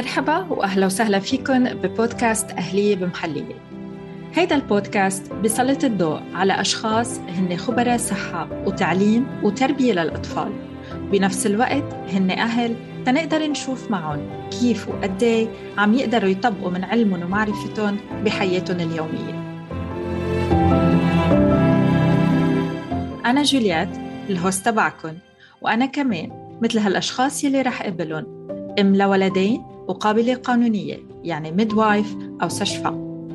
مرحبا وأهلا وسهلا فيكن ببودكاست أهلية بمحلية. هيدا البودكاست بيسلط الضوء على أشخاص هن خبراء صحة وتعليم وتربية للأطفال، بنفس الوقت هن أهل تنقدر نشوف معهم كيف وقديه عم يقدروا يطبقوا من علمهم ومعرفتهم بحياتهم اليومية. أنا جوليات الهوست تبعكن، وأنا كمان مثل هالأشخاص يلي رح قبلهم أم لولدين وقابلة قانونية، يعني ميدوايف أو سشفاء.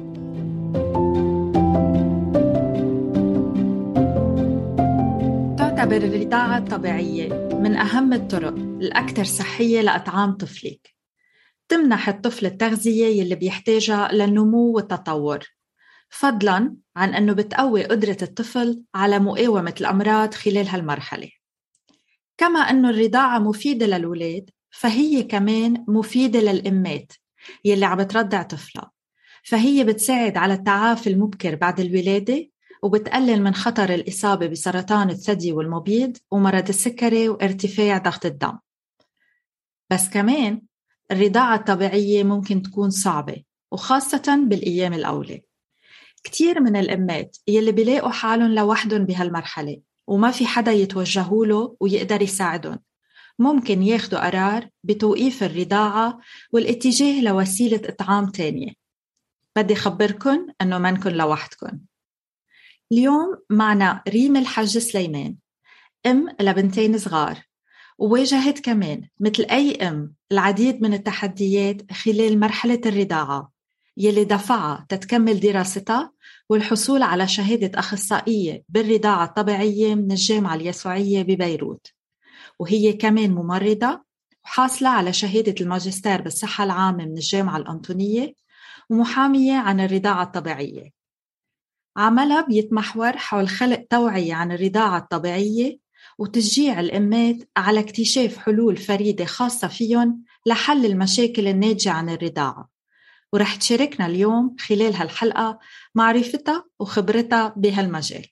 تعتبر الرضاعة الطبيعية من أهم الطرق الأكثر صحية لأطعام طفلك. تمنح الطفل التغذية يلي بيحتاجها للنمو والتطور، فضلاً عن أنه بتقوي قدرة الطفل على مقاومة الأمراض خلال هالمرحلة. كما أنه الرضاعة مفيدة للولاد، فهي كمان مفيدة للأمات يلي عم بترضع طفلها، فهي بتساعد على التعافي المبكر بعد الولادة، وبتقلل من خطر الإصابة بسرطان الثدي والمبيض ومرض السكري وارتفاع ضغط الدم. بس كمان الرضاعة الطبيعية ممكن تكون صعبة، وخاصة بالأيام الأولى. كتير من الأمات يلي بيلاقوا حالهم لوحدهم بهالمرحلة وما في حدا يتوجهوا له ويقدر يساعدهم، ممكن ياخدوا قرار بتوقيف الرضاعة والاتجاه لوسيلة إطعام تانية. بدي خبركن أنه منكن لوحدكن. اليوم معنا ريم الحج سليمان، أم لبنتين صغار، وواجهت كمان مثل أي أم العديد من التحديات خلال مرحلة الرضاعة يلي دفعها تتكمل دراستها والحصول على شهادة أخصائية بالرضاعة الطبيعية من الجامعة اليسوعية ببيروت، وهي كمان ممرضة وحاصلة على شهادة الماجستير بالصحة العامة من الجامعة الأنطونية، ومحامية عن الرضاعة الطبيعية. عملها بيتمحور حول خلق توعية عن الرضاعة الطبيعية وتشجيع الأمات على اكتشاف حلول فريدة خاصة فيهم لحل المشاكل الناتجة عن الرضاعة، ورح تشاركنا اليوم خلال هالحلقة معرفتها وخبرتها بهالمجال.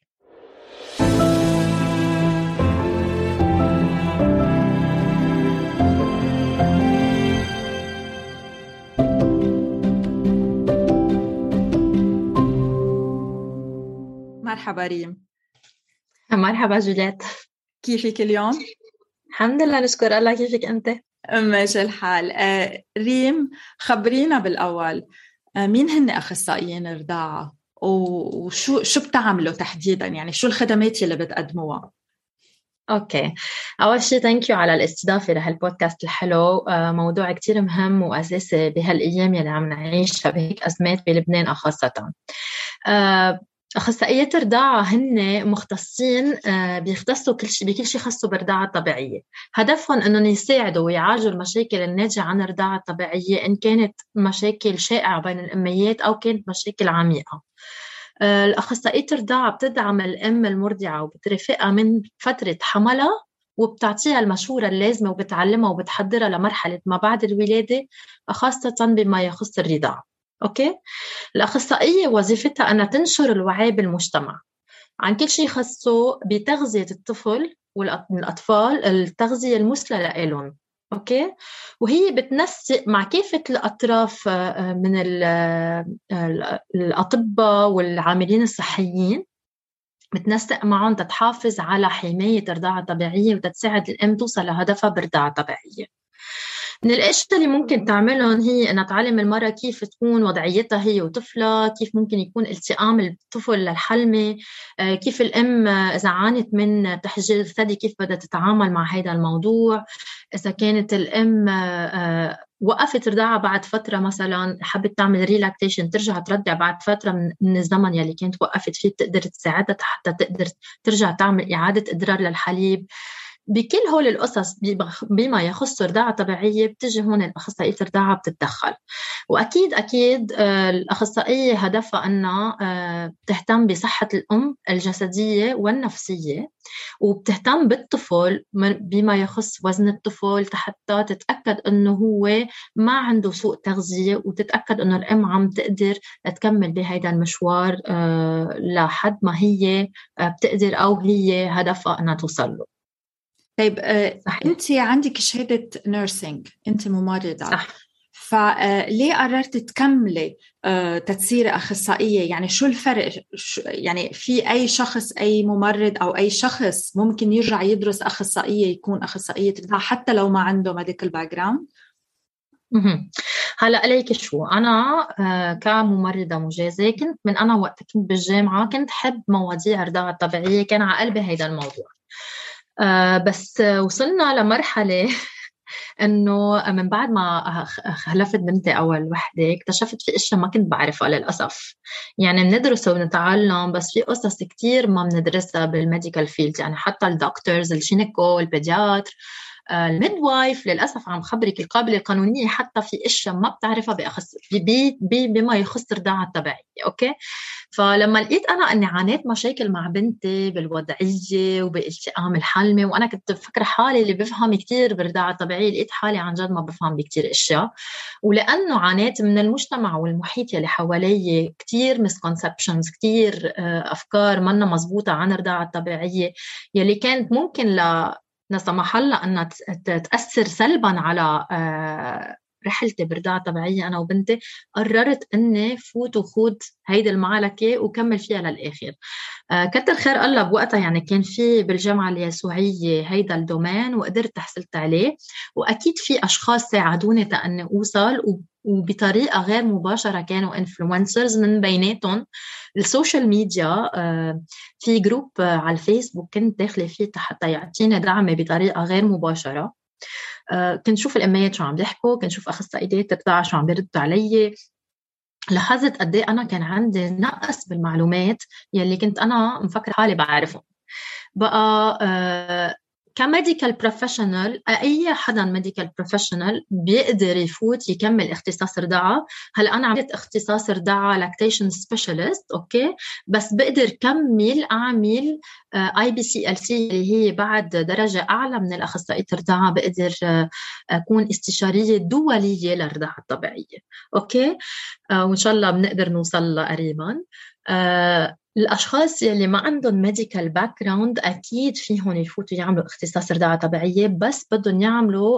مرحبا ريم. مرحبا جوليات، كيفك اليوم؟ الحمد لله نشكر الله. كيفك أنت؟ ماشي الحال. ريم، خبرينا بالأول، مين هن أخصائيين الرضاعة وشو بتعملوا تحديدا؟ يعني شو الخدمات اللي بتقدموها؟ أوكي، أول شيء ثانك يو على الاستضافة لهالبودكاست الحلو. موضوع كتير مهم وأساسي بهالأيام اللي عم نعيشها بهيك أزمات بلبنان خاصة. أخصائيات الرضاعة هن مختصين، بيختصوا بكل شيء خاصه بالرضاعة الطبيعية. هدفهم أنهم يساعدوا ويعالجوا المشاكل الناتجة عن الرضاعة الطبيعية، إن كانت مشاكل شائعة بين الأميات أو كانت مشاكل عميقة. الأخصائية الرضاعة بتدعم الأم المرضعة وبترافقها من فترة حملها، وبتعطيها المشورة اللازمة وبتعلمها وبتحضرها لمرحلة ما بعد الولادة، خاصة بما يخص الرضاعة. أوكي، الأخصائية وظيفتها أنها تنشر الوعي بالمجتمع عن كل شيء خاصه بتغذية الطفل والأطفال، التغذية المثلى لهم. أوكي، وهي بتنسق مع كافة الأطراف من الأطباء والعاملين الصحيين، بتنسق معهم تتحافظ على حماية الرضاعة الطبيعية وتتساعد الأم توصل لهدفها برضاعة طبيعية. من الأشياء اللي ممكن تعملهم هي أن تعلم المرأة كيف تكون وضعيتها هي وطفلها، كيف ممكن يكون التئام الطفل للحلمة، كيف الأم إذا عانت من تحجير الثدي كيف بدها تتعامل مع هذا الموضوع. إذا كانت الأم وقفت رضاعة بعد فترة، مثلا حبت تعمل ريلاكتيشن ترجع ترضع بعد فترة من الزمن يلي كانت وقفت فيه، تقدر تساعدها حتى تقدر ترجع تعمل إعادة إدرار للحليب. بكل هول القصص بما يخص الرضاعة الطبيعية بتجي هون الأخصائية الرضاعة بتتدخل. وأكيد الأخصائية هدفها أنها تهتم بصحة الأم الجسدية والنفسية، وبتهتم بالطفل بما يخص وزن الطفل حتى تتأكد أنه هو ما عنده سوء تغذية، وتتأكد أنه الأم عم تقدر تكمل بهذا المشوار لحد ما هي بتقدر أو هي هدفها أنها توصل له. طيب، أنت عندك شهادة نيرسينج، أنت ممرضة. صح. فليه قررت تكملي تتصيري أخصائية؟ يعني شو الفرق؟ يعني في أي شخص، أي ممرض أو أي شخص ممكن يرجع يدرس أخصائية يكون أخصائية رضاعة حتى لو ما عنده medical background؟ هلا عليك شو انا كممرضه مجازه كنت من انا وقت كنت بالجامعه كنت حب مواضيع الرضاعه الطبيعيه، كان على قلبي هيدا الموضوع. بس وصلنا لمرحله انه من بعد ما خلفت بنتي اول وحده اكتشفت في اشياء ما كنت بعرفها للاسف. يعني بندرس وبنتعلم بس في قصص كتير ما بندرسها بالميديكال فيلد، يعني حتى الدكتورز، الجينيكو، البيدياتر، الميدوايف للأسف عم خبرك القابلة القانونية حتى في أشياء ما بتعرفها بما يخص الرضاعة الطبيعية. أوكي، فلما لقيت أنا أني عانيت مشاكل مع بنتي بالوضعية وبالتئام الحلمة، وأنا كنت بفكر حالي اللي بفهم كتير بالرضاعة الطبيعية، لقيت حالي عن جد ما بفهم بكتير أشياء. ولأنه عانيت من المجتمع والمحيط يلي حوالي كتير misconceptions، كتير أفكار منا مزبوطة عن الرضاعة الطبيعية يلي كانت ممكن لا سمح الله أنها تأثر سلباً على رحلتي برضاعة طبيعية أنا وبنتي، قررت أني فوت وخوض هيدي المعركة وكمل فيها للآخر. كتر خير الله بوقتها، يعني كان في بالجامعة اليسوعية هيدا الدومين وقدرت تحصلت عليه، وأكيد في أشخاص ساعدوني تأني أوصل، وبطريقة غير مباشرة كانوا إنفلونسرز من بيناتهم السوشيال ميديا. في جروب على الفيسبوك كنت داخلة فيه حتى يعطيني دعم بطريقة غير مباشرة. كنت شوف الأميات شو عم بيحكوا، كنت شوف أخصائيات الرضاعة شو عم بيردوا علي. لاحظت قد ايه انا كان عندي نقص بالمعلومات يلي كنت انا مفكر حالي بعرفهم. بقى كميديكال بروفيشنال، اي حدا ميديكال بروفيشنال بيقدر يفوت يكمل اختصاص رضاعه. هلا انا عملت اختصاص رضاعه لاكتيشن سبيشالست، اوكي، بس بقدر كمل اعمل IBCLC اللي هي بعد درجه اعلى من الاخصائيه الرضاعه، بقدر اكون استشاريه دوليه للرضاعه الطبيعيه. اوكي، وإن شاء الله بنقدر نوصل له قريباً. الأشخاص يلي ما عندهم ميديكال باك جراوند أكيد فيهم يفوتوا يعملوا اختصاص رضاعة طبيعية، بس بدهم يعملوا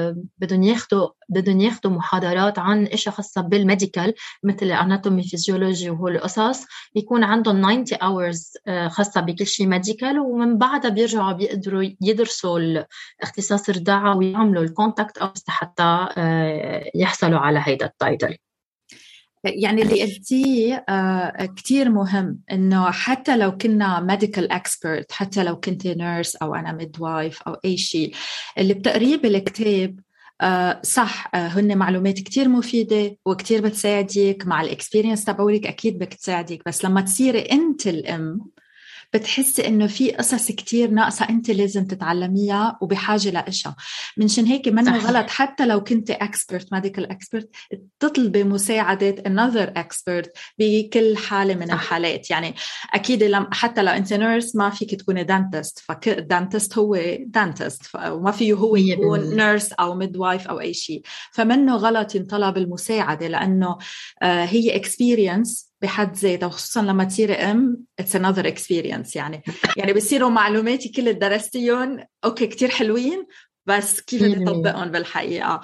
بدهم ياخدوا محاضرات عن إشياء خاصة بالميديكال مثل الأناتومي فيزيولوجي وهول القصص، يكون عندهم 90 hours خاصة بكل شيء ميديكال، ومن بعدها بيرجعوا بيقدروا يدرسوا اختصاص الرضاعة ويعملوا الكونتاكت حتى يحصلوا على هيدا التايتل. يعني اللي قلتيه كتير مهم، إنه حتى لو كنا medical expert، حتى لو كنت nurse أو أنا midwife أو أي شيء، اللي بتقريه بالكتاب صح، هن معلومات كتير مفيدة وكتير بتساعدك مع الإكسبيرينس تبعولك، أكيد بتساعدك، بس لما تصيري أنت الأم بتحسي إنه في قصص كتير ناقصة أنت لازم تتعلميها وبحاجة لإشها. منشان هيك منه غلط حتى لو كنت expert medical expert تطلبي مساعدة another expert بكل حالة من الحالات. يعني أكيد حتى لو أنت nurse ما فيك تكوني dentist، فdentist هو dentist وما فيه هو يكون nurse أو midwife أو أي شيء. فمنه غلط ينطلب المساعدة، لأنه هي experience بحد ذاته، وخصوصا لما تصيري it's another experience. يعني بيصيروا معلوماتي كل اللي درستيهم اوكي كتير حلوين، بس كيف بدي اطبقهم بالحقيقه؟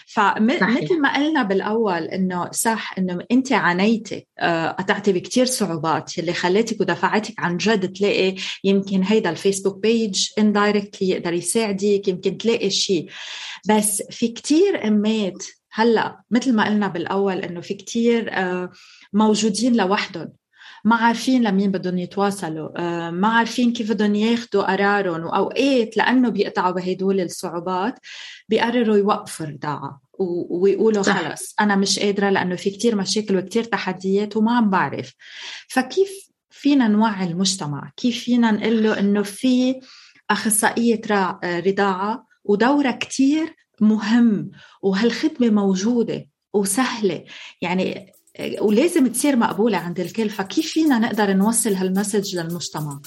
فمثل ما قلنا بالاول انه صح انه انت عانيتي قطعتي بكتير صعوبات اللي خلتك ودفعتك عن جد تلاقي يمكن هيدا الفيسبوك بيج indirectly يقدر يساعدك، يمكن تلاقي شيء. بس في كتير امات هلا مثل ما قلنا بالاول انه في كتير موجودين لوحدهم، ما عارفين لمين بدهم يتواصلوا، ما عارفين كيف بدهم ياخدوا قرارهم، وأوقات لأنه بيقطعوا بهدول الصعوبات بيقرروا يوقفوا الرضاعة ويقولوا خلص أنا مش قادرة لأنه في كتير مشاكل وكتير تحديات وما عم بعرف. فكيف فينا نوعي المجتمع؟ كيف فينا نقول له إنه في أخصائية رضاعة ودورة كتير مهم، وهالخدمة موجودة وسهلة يعني ولازم تصير مقبولة عند الكل؟ فكيف فينا نقدر نوصل هالمسج للمجتمع؟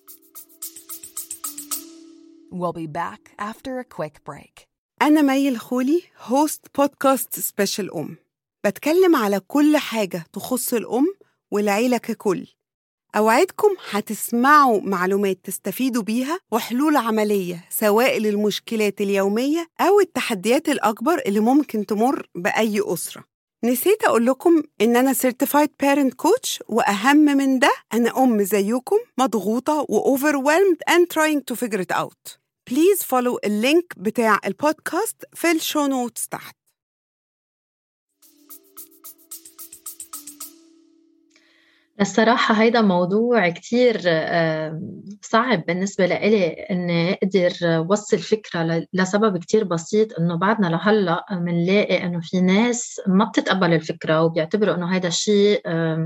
We'll be back after a quick break. أنا مي الخولي، هوست بودكاست سبيشال بتكلم على كل حاجة تخص الأم والعيلة ككل، أوعدكم هتسمعوا معلومات تستفيدوا بيها وحلول عملية سواء للمشكلات اليومية أو التحديات الأكبر اللي ممكن تمر بأي أسرة. نسيت أقول لكم إن أنا Certified Parent Coach، وأهم من ده أنا أم زيكم مضغوطة و overwhelmed and trying to figure it out. Please follow اللينك بتاع البودكاست في الشو نوتس تحت. الصراحة هيدا موضوع كتير صعب بالنسبة لإلي إني أقدر وصل فكرة لسبب كتير بسيط، إنه بعدنا لهلأ منلاقي إنه في ناس ما بتتقبل الفكرة وبيعتبروا إنه هيدا الشيء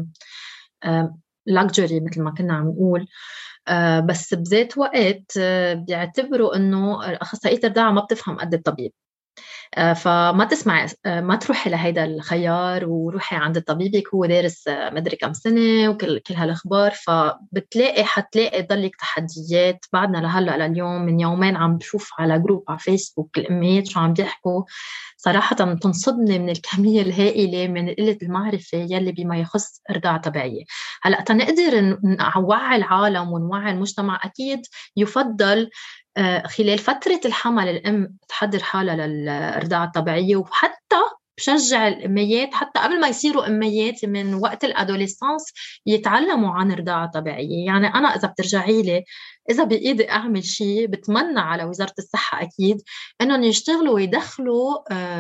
luxury مثل ما كنا عم نقول. بس بذات وقت بيعتبروا إنه أخصائية الرضاعة ما بتفهم قد الطبيب. فما تسمعي، ما تروحي لهيدا الخيار وروحي عند طبيبك هو دارس مدري كم سنة وكل هالأخبار. حتلاقي ضلك تحديات. بعدنا لهلأ لليوم من يومين عم بشوف على جروب على فيسبوك الأمهات شو عم بيحكوا، صراحة تنصدني من الكمية الهائلة من قلة المعرفة يلي بما يخص رضاعة طبيعية. هلأ تنقدر نوعي العالم ونوعي المجتمع، أكيد يفضل خلال فترة الحمل الأم تحضر حالها للرضاعة الطبيعية، وحتى بشجع الأميات حتى قبل ما يصيروا أميات من وقت الأدوليسانس يتعلموا عن الرضاعة الطبيعية. يعني أنا إذا بترجعي لي، إذا بإيدي أعمل شيء، بتمنى على وزارة الصحة أكيد إنهم يشتغلوا ويدخلوا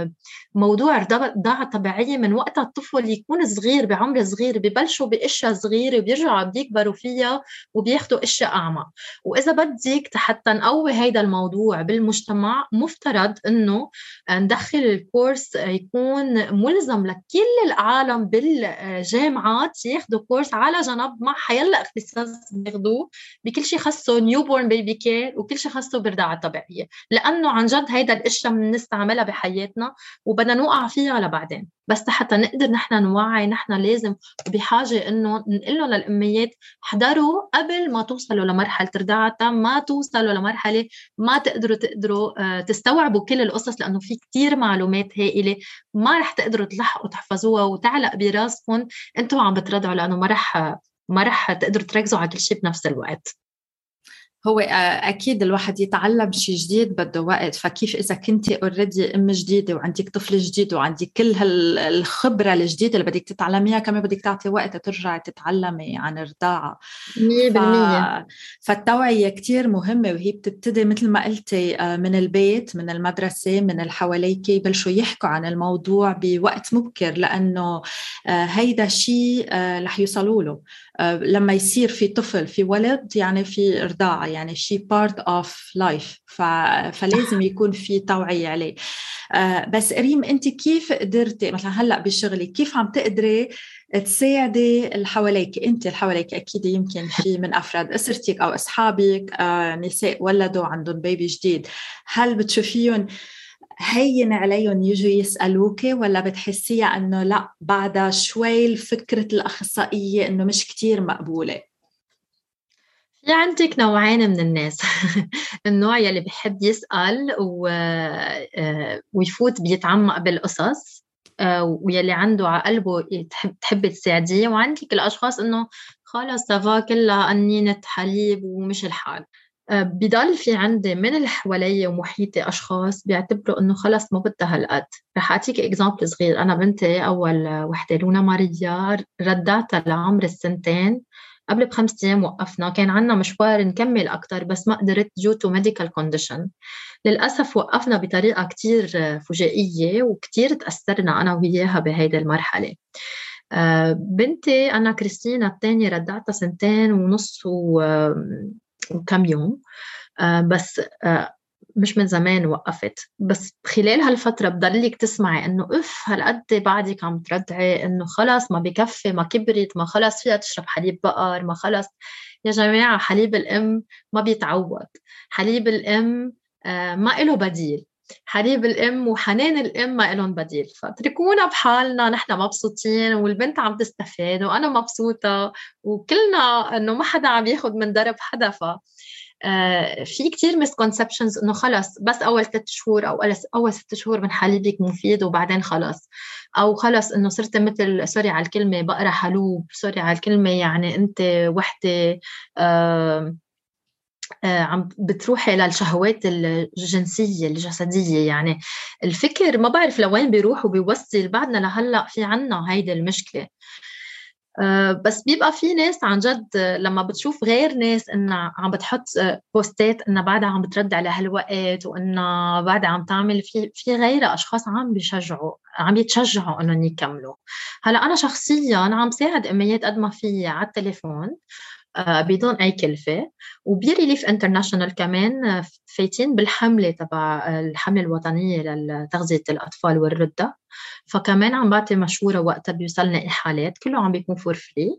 موضوع الرضاعة الطبيعية من وقت الطفل يكون صغير، بعمر صغير، ببلشوا بأشياء صغيرة وبيرجعوا بيكبروا فيها وبياخدوا أشياء أعمى. وإذا بدك حتى نقوي هيدا الموضوع بالمجتمع، مفترض إنه ندخل الكورس يكون ملزم لكل العالم بالجامعات، ياخدوا كورس على جنب مع حيلا اختصاص بياخدوه بكل شيء خاصه نيوبورن بيبي كير وكل شيء خاصه بالرضاعة الطبيعية، لأنه عن جد هيدا الأشياء بنستعملها بحياتنا وبدنا نوقع فيها لبعدين. بس حتى نقدر نحن نوعي، نحن لازم بحاجة إنه نقلهم للأميات احضروا قبل ما توصلوا لمرحلة رضاعة، ما توصلوا لمرحلة ما تقدروا تستوعبوا كل القصص، لأنه في كتير معلومات هائلة ما رح تقدروا تلحقوا تحفظوها وتعلق براسكم انتوا عم بترضعوا، لأنه ما رح تقدروا تركزوا على كل شيء بنفس الوقت. هو أكيد الواحد يتعلم شيء جديد بده وقت. فكيف إذا كنتي اوريدي أم جديدة وعندك طفل جديد وعندك كل هالخبرة الجديدة اللي بدك تتعلميها، كمان بدك تعطي وقت ترجعي تتعلمي عن الرضاعة 100%. فالتوعية كتير مهمة، وهي بتبتدي مثل ما قلتي من البيت، من المدرسة، من اللي حواليك، يبلشوا يحكوا عن الموضوع بوقت مبكر، لأنه هيدا شيء رح يوصلوا له لما يصير في طفل، في ولد، يعني في رضاعة، يعني شيء part of life. فلازم يكون في توعية عليه. بس ريم، أنت كيف قدرتي مثلا هلأ بشغلك، كيف عم تقدري تساعدي اللي حواليك؟ أنت اللي حواليك أكيد يمكن في من أفراد أسرتك أو أصحابك نساء ولدوا عندهم بيبي جديد، هل بتشوفيهم هين عليهم يجوا يسألوك، ولا بتحسيها أنه لا بعدها شوي فكرة الأخصائية أنه مش كتير مقبولة؟ في عندك نوعين من الناس. النوع يلي بيحب يسأل ويفوت بيتعمق بالقصص، ويلي عنده على قلبه تحب تساعديه، وعندك الأشخاص إنه خلاص سافا كلها قنينة حليب ومش الحال. بضل في عندي من اللي حوالي ومحيطي أشخاص بيعتبروا إنه خلاص ما بدها هالقد. رح أعطيك إكزامبل صغير. أنا بنتي أول وحدة لونا ماريا ردعتها لعمر 2 قبل ب5 أيام وقفنا، كان عنا مشوار نكمل أكتر بس ما قدرت due to medical condition. للأسف وقفنا بطريقة كتير فجائية وكتير تأثرنا أنا وياها بهيدا المرحلة. بنتي أنا كريستينا الثانية ردعتها 2.5 وكم يوم، بس مش من زمان وقفت. بس خلال هالفترة بضلك تسمعي إنه هالقد بعدك عم ترضعي، إنه خلاص ما بكفي، ما كبرت، ما خلاص فيها تشرب حليب بقر، ما خلاص. يا جماعة حليب الأم ما بيتعوض، حليب الأم ما إله بديل، حليب الأم وحنان الأم ما إلهم بديل. فتركونا بحالنا، نحن مبسوطين والبنت عم تستفاد وأنا مبسوطة وكلنا إنه ما حدا عم ياخد من درب حدا. في كتير مسكونسبشنز إنه خلص بس أول 3 شهور أو أول 6 شهور من حليبك مفيد وبعدين خلص، أو خلص إنه صرت مثل سوري على الكلمة بقرة حلوب، سوري على الكلمة يعني أنت وحدة عم بتروحي للشهوات الجنسية الجسدية. يعني الفكر ما بعرف لوين بيروح وبيوصل، بعدنا لهلأ في عنا هيدا المشكلة. بس بيبقى في ناس عن جد لما بتشوف غير ناس إنها عم بتحط بوستات إنها بعدها عم بترد على هالوقت وإنها بعدها عم تعمل في غيرها أشخاص عم يتشجعوا إنهم يكملوا. هلا أنا شخصيا عم ساعد أميات قد ما في على التليفون بدون أي كلفة، وبريليف انترناشونال كمان فايتين بالحملة تبع الحملة الوطنية لتغذية الأطفال والرضع، فكمان عم بعطي مشورة وقتها بيوصلنا إحالات، كله عم بيكون فور فري.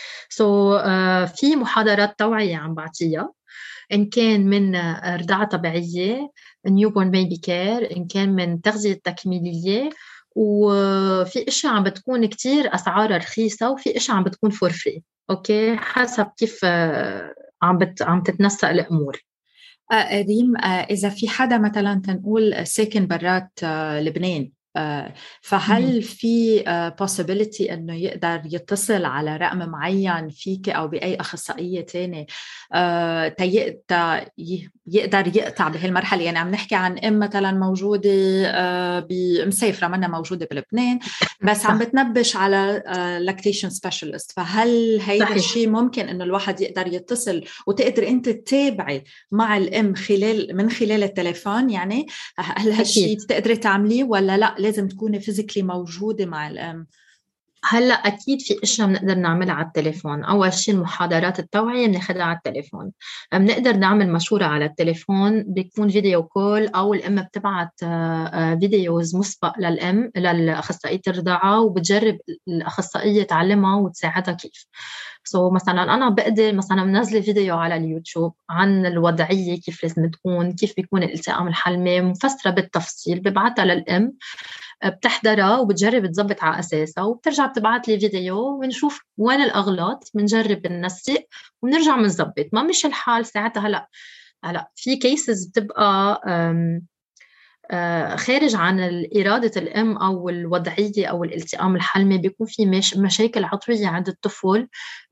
في محاضرات توعية عم بعطيها، إن كان من رضاعة طبيعية نيوبورن بيبي كير، إن كان من تغذية تكميلية، وفي اشياء عم بتكون كتير اسعارها رخيصه وفي اشياء عم بتكون فور فري. اوكي، حسب كيف عم تتنسق الامور. ريم، إذا في حدا مثلا تنقول ساكن برات لبنان، فهل في possibility إنه يقدر يتصل على رقم معين فيك أو بأي أخصائية تاني يقدر يقطع بهالمرحلة؟ يعني عم نحكي عن أم مثلا موجودة مسافرة منا موجودة بلبنان بس عم بتنبش على lactation specialist، فهل هيدا الشيء ممكن إنه الواحد يقدر يتصل وتقدر أنت تتابعي مع الأم من خلال التليفون؟ يعني هل هالشيء تقدري تعمليه ولا لا لازم تكوني فيزيكلي موجودة مع الأم؟ هلا اكيد في اشياء بنقدر نعملها على التليفون. اول شيء المحاضرات التوعيه بناخذها على التليفون، بنقدر نعمل مشوره على التليفون، بيكون فيديو كول او الام بتبعت فيديوز مسبق للاخصائيه الرضاعه، وبتجرب الاخصائيه تعلمها وتساعدها كيف. مثلا انا بقدر مثلا منزله فيديو على اليوتيوب عن الوضعيه كيف لازم تكون، كيف بيكون الالتئام الحلمي مفسره بالتفصيل، ببعتها للام بتحضرها وبتجرب تزبط على أساسها، وبترجع بتبعت لي فيديو ونشوف وين الأغلاط، بنجرب النسق ونرجع منزبط. ما مش الحال ساعتها هلا في كيسز بتبقى خارج عن إرادة الأم أو الوضعية أو الالتئام الحلمي، بيكون في مشاكل عضوية عند الطفل،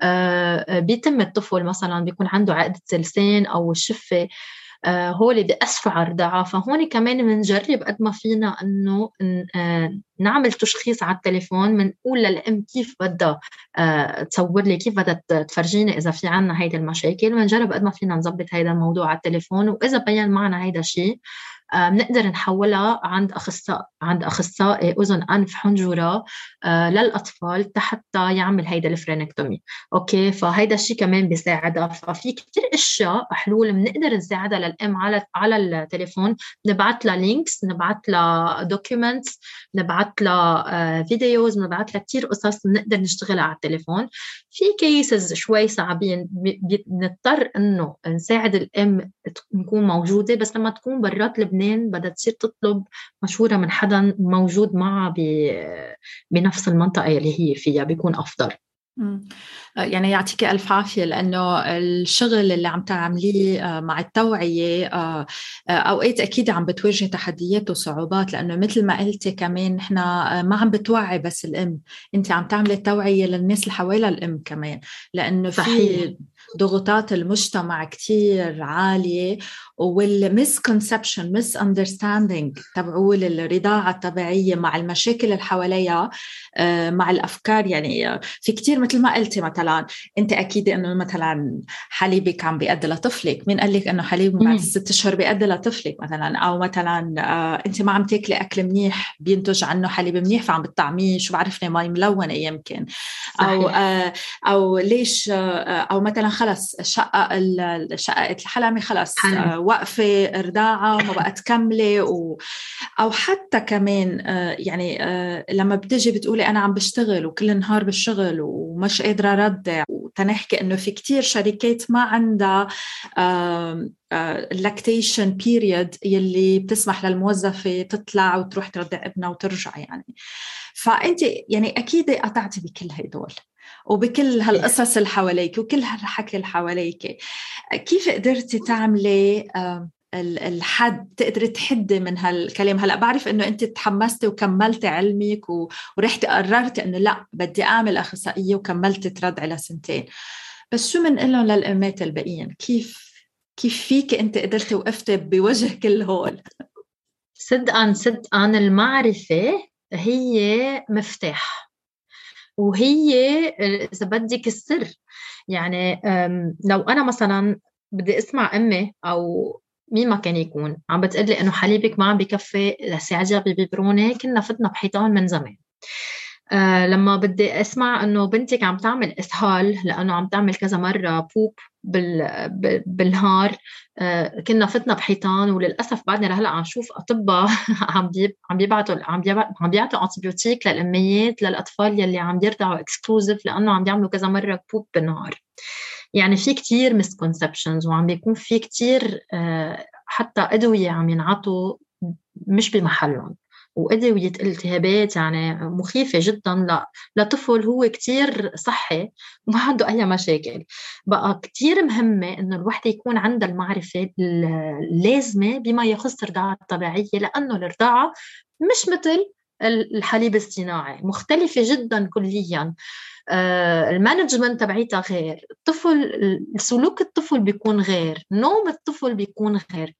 بيتم الطفل مثلا بيكون عنده عقدة لسان أو الشفة، هول بيأثروا على الرضاعة. فهون كمان بنجرب قد ما فينا إنه نعمل تشخيص على التليفون، بنقول للأم كيف بدها تصور لي، كيف بدها تفرجيني إذا في عنا هيدا المشاكل، بنجرب قد ما فينا نظبط هيدا الموضوع على التليفون. وإذا بين معنا هيدا الشيء بنقدر نحولها عند أخصائي أذن أنف حنجرة للأطفال حتى يعمل هيدا الفرينكتومي. أوكي، فهيدا الشيء كمان بيساعدها. ففي كتير أشياء حلول بنقدر نساعدها للأم على التليفون، نبعت لها لينكس، نبعت لها دوكيومنتس، نبعت لها فيديوز، نبعت لها كتير قصص بنقدر نشتغلها على التليفون. في كيسز شوي صعبين بنضطر إنه نساعد الأم نكون موجودة، بس لما تكون برات لبنان بدها تصير تطلب مشورة من حدا موجود معها بنفس المنطقة اللي هي فيها، بيكون أفضل. يعني يعطيك ألف عافية، لأنه الشغل اللي عم تعمليه مع التوعية أوقات أكيد عم بتواجه تحديات وصعوبات، لأنه مثل ما قلتي كمان إحنا ما عم بتوعي بس الأم، أنت عم تعملي التوعية للناس اللي حوالي الأم كمان، لأنه في ضغوطات المجتمع كتير عالية، والمسكونسبشن مس أندرستاندينج تبعول الرضاعة الطبيعية مع المشاكل اللي حواليها، مع الأفكار. يعني في كتير مثل ما قلتي مثلا أنت أكيد أنه مثلا حليبك عم بيأدي لطفلك، مين قال لك أنه حليب بعد 6 أشهر بيأدي لطفلك مثلا؟ أو مثلا أنت ما عم تاكلي أكل منيح بينتج عنه حليب منيح فعم بتطعميه شو بعرفني مي ملونة يمكن، أو ليش، أو مثلا خلص شققت الحلمة خلص وقفة رضاعة وما بقى تكملي، أو حتى كمان يعني لما بتجي بتقولي أنا عم بشتغل وكل النهار بالشغل ومش قادرة أردع، وتنحكي إنه في كتير شركات ما عندها اللاكتيشن بيريود يلي بتسمح للموظفة تطلع وتروح ترضع ابنها وترجع يعني. فأنت يعني أكيد قطعتي بكل هدول وبكل هالقصص اللي حواليك وكل هالحكي اللي حواليك. كيف قدرتي تعملي الحد، تقدري تحدي من هالكلام؟ هلأ بعرف إنه أنت تحمستي وكملتي علمك ورحتي قررتي إنه لا بدي أعمل أخصائية وكملتي ترضعي لسنتين، بس شو منقلهم للأمات الباقيين؟ كيف فيك أنت قدرتي وقفتي بوجه كل هول؟ صدقاً المعرفة هي مفتاح، وهي إذا بدك السر. يعني لو أنا مثلاً بدي أسمع أمي أو مين ما كان يكون عم بتقلي إنه حليبك ما عم بكفي لساعدها ببيبرونة، كنا فتنا بحيطان من زمان. لما بدي أسمع إنه بنتك عم تعمل إسهال لأنه عم تعمل كذا مرة بوب بالنهار، كنا فتنا بحيطان. وللأسف بعدنا لهلأ عم شوف أطباء عم بيعطوا أنتيبيوتيك للأميات للأطفال يلي عم يرضعوا إكسكلوزيف لأنه عم يعملوا كذا مرة بوب بالنهار. يعني في كتير مسكونسبشنز، وعم بيكون في كتير حتى أدوية عم ينعطوا مش بمحلهم، وأدوية التهابات يعني مخيفة جدا لطفل هو كتير صحي وما عنده أي مشاكل. بقى كتير مهمة إنه الوحدة يكون عندها المعرفة اللازمة بما يخص الرضاعة الطبيعية، لأنه الرضاعة مش مثل الحليب الصناعي، مختلفة جدا كليا. المانجمنت تبعيتها غير، سلوك الطفل بيكون غير، نوم الطفل بيكون غير،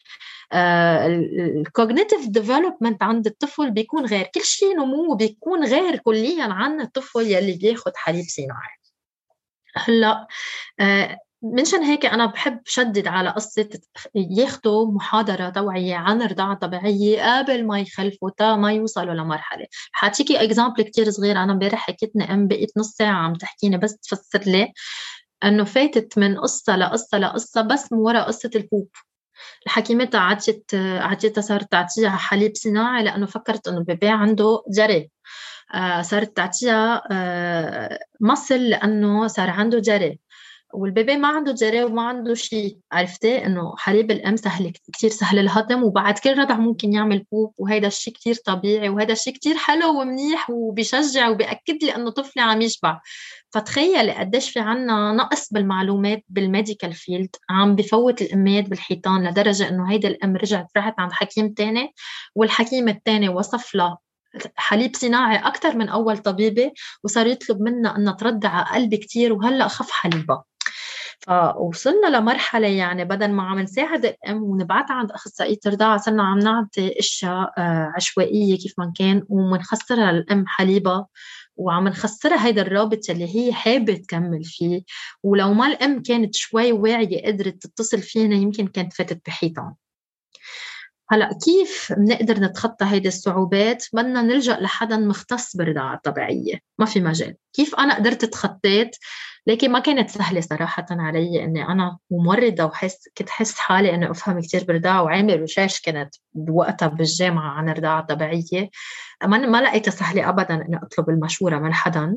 الكوجنيتيف ديفلوبمنت عند الطفل بيكون غير، كل شيء نموه بيكون غير كليا عن الطفل يلي بياخد حليب صناعي. هلا منشان هيك أنا بحب شدد على قصة ياخدوا محاضرة توعية عن الرضاعة الطبيعية قبل ما يخلفوا تا ما يوصلوا لمرحلة. حاتيكي إكزامبل كتير صغير. أنا امبارح حكيتني أم بقيت نص ساعة عم تحكيني بس تفسر لي أنه فاتت من قصة لقصة بس من وراء قصة البوب. الحكيمتها عطيتها صارت تعطيها حليب صناعي لأنه فكرت أنه البيبي عنده جري. صارت تعطيها مصل لأنه صار عنده جري، والبيبي ما عنده جري وما عنده شيء. عرفتي انه حليب الام سهل، كتير سهل الهضم، وبعد كل رضع ممكن يعمل بوب، وهيدا الشيء كتير طبيعي، وهيدا الشيء كتير حلو ومنيح وبيشجع وبيأكد لي انه طفلي عم يشبع. فتخيلي قديش في عنا نقص بالمعلومات بالميديكال فيلد عم بفوت الاميات بالحيطان، لدرجة انه هيدا الام راحت عند حكيم تاني، والحكيم التاني وصف لها حليب صناعي أكتر من أول طبيبة، وصار يطلب منا أن ترضع أقل بكتير، وهلأ خف حليبها. فوصلنا لمرحلة يعني بدل ما عم نساعد الأم ونبعتها عند أخصائية رضاعة، صرنا عم نعطي أشياء عشوائية كيف ما كان، ومنخسرها للأم حليبها، وعم نخسرها هيدا الرابط اللي هي حابة تكمل فيه. ولو ما الأم كانت شوي واعية قدرت تتصل فينا يمكن كانت فاتت بحيطان. هلأ كيف بنقدر نتخطى هيدي الصعوبات؟ بدنا نلجأ لحدا مختص بالرضاعة الطبيعية، ما في مجال. كيف أنا قدرت تخطيت؟ لكن ما كانت سهلة صراحة علي إني أنا ممرضة كنت حس حالي إني أفهم كتير بالرضاعة، وعامل ريسيرش كانت بوقتها بالجامعة عن الرضاعة الطبيعية. ما لقيتها سهلة أبدا إني أطلب المشورة من حدا.